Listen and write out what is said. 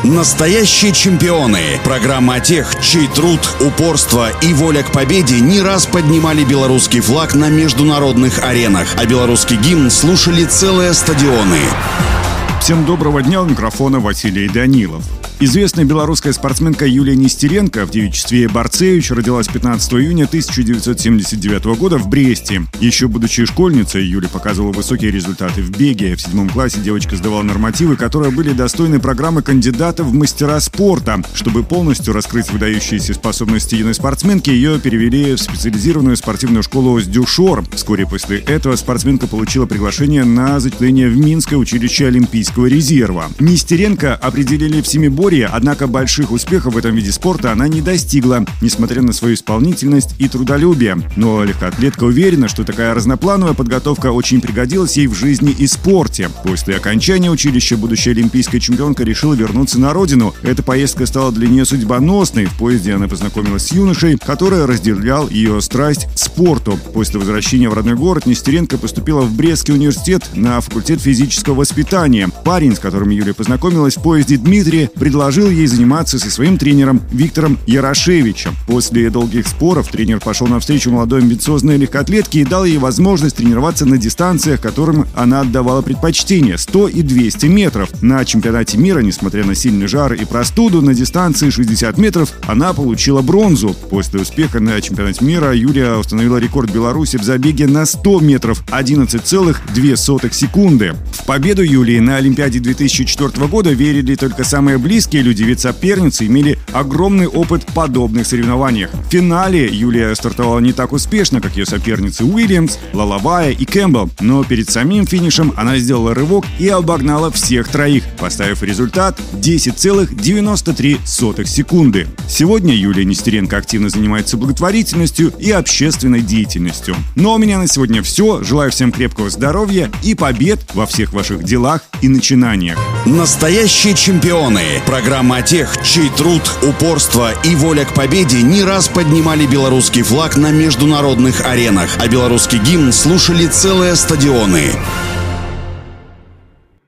Настоящие чемпионы. Программа о тех, чей труд, упорство и воля к победе не раз поднимали белорусский флаг на международных аренах, а белорусский гимн слушали целые стадионы. Всем доброго дня, у микрофона Василий Данилов. Известная белорусская спортсменка Юлия Нестеренко в девичестве Барцевич родилась 15 июня 1979 года в Бресте. Еще будучи школьницей, Юля показывала высокие результаты в беге. В 7 классе девочка сдавала нормативы, которые были достойны программы кандидата в мастера спорта. Чтобы полностью раскрыть выдающиеся способности юной спортсменки, ее перевели в специализированную спортивную школу «Сдюшор». Вскоре после этого спортсменка получила приглашение на зачисление в Минское училище Олимпийского резерва. Нестеренко определили в семиборье, однако больших успехов в этом виде спорта она не достигла, несмотря на свою исполнительность и трудолюбие. Но легкоатлетка уверена, что такая разноплановая подготовка очень пригодилась ей в жизни и спорте. После окончания училища будущая олимпийская чемпионка решила вернуться на родину. Эта поездка стала для нее судьбоносной. В поезде она познакомилась с юношей, который разделял ее страсть к спорту. После возвращения в родной город Нестеренко поступила в Брестский университет на факультет физического воспитания. Парень, с которым Юлия познакомилась в поезде, Дмитрий, предложил ей заниматься со своим тренером Виктором Ярошевичем. После долгих споров тренер пошел навстречу молодой амбициозной легкоатлетке и дал ей возможность тренироваться на дистанциях, которым она отдавала предпочтение – 100 и 200 метров. На чемпионате мира, несмотря на сильный жар и простуду, на дистанции 60 метров она получила бронзу. После успеха на чемпионате мира Юлия установила рекорд Беларуси в забеге на 100 метров – 11,2 секунды. В победу Юлии на Олимпиаде 2004 года верили только самые близкие люди, ведь соперницы имели огромный опыт в подобных соревнованиях. В финале Юлия стартовала не так успешно, как ее соперницы Уильямс, Лалавая и Кэмпбелл, но перед самим финишем она сделала рывок и обогнала всех троих, поставив результат 10,93 секунды. Сегодня Юлия Нестеренко активно занимается благотворительностью и общественной деятельностью. Ну а у меня на сегодня все. Желаю всем крепкого здоровья и побед во всех ваших делах и начинаниях. Настоящие чемпионы. Программа о тех, чей труд, упорство и воля к победе не раз поднимали белорусский флаг на международных аренах, а белорусский гимн слушали целые стадионы.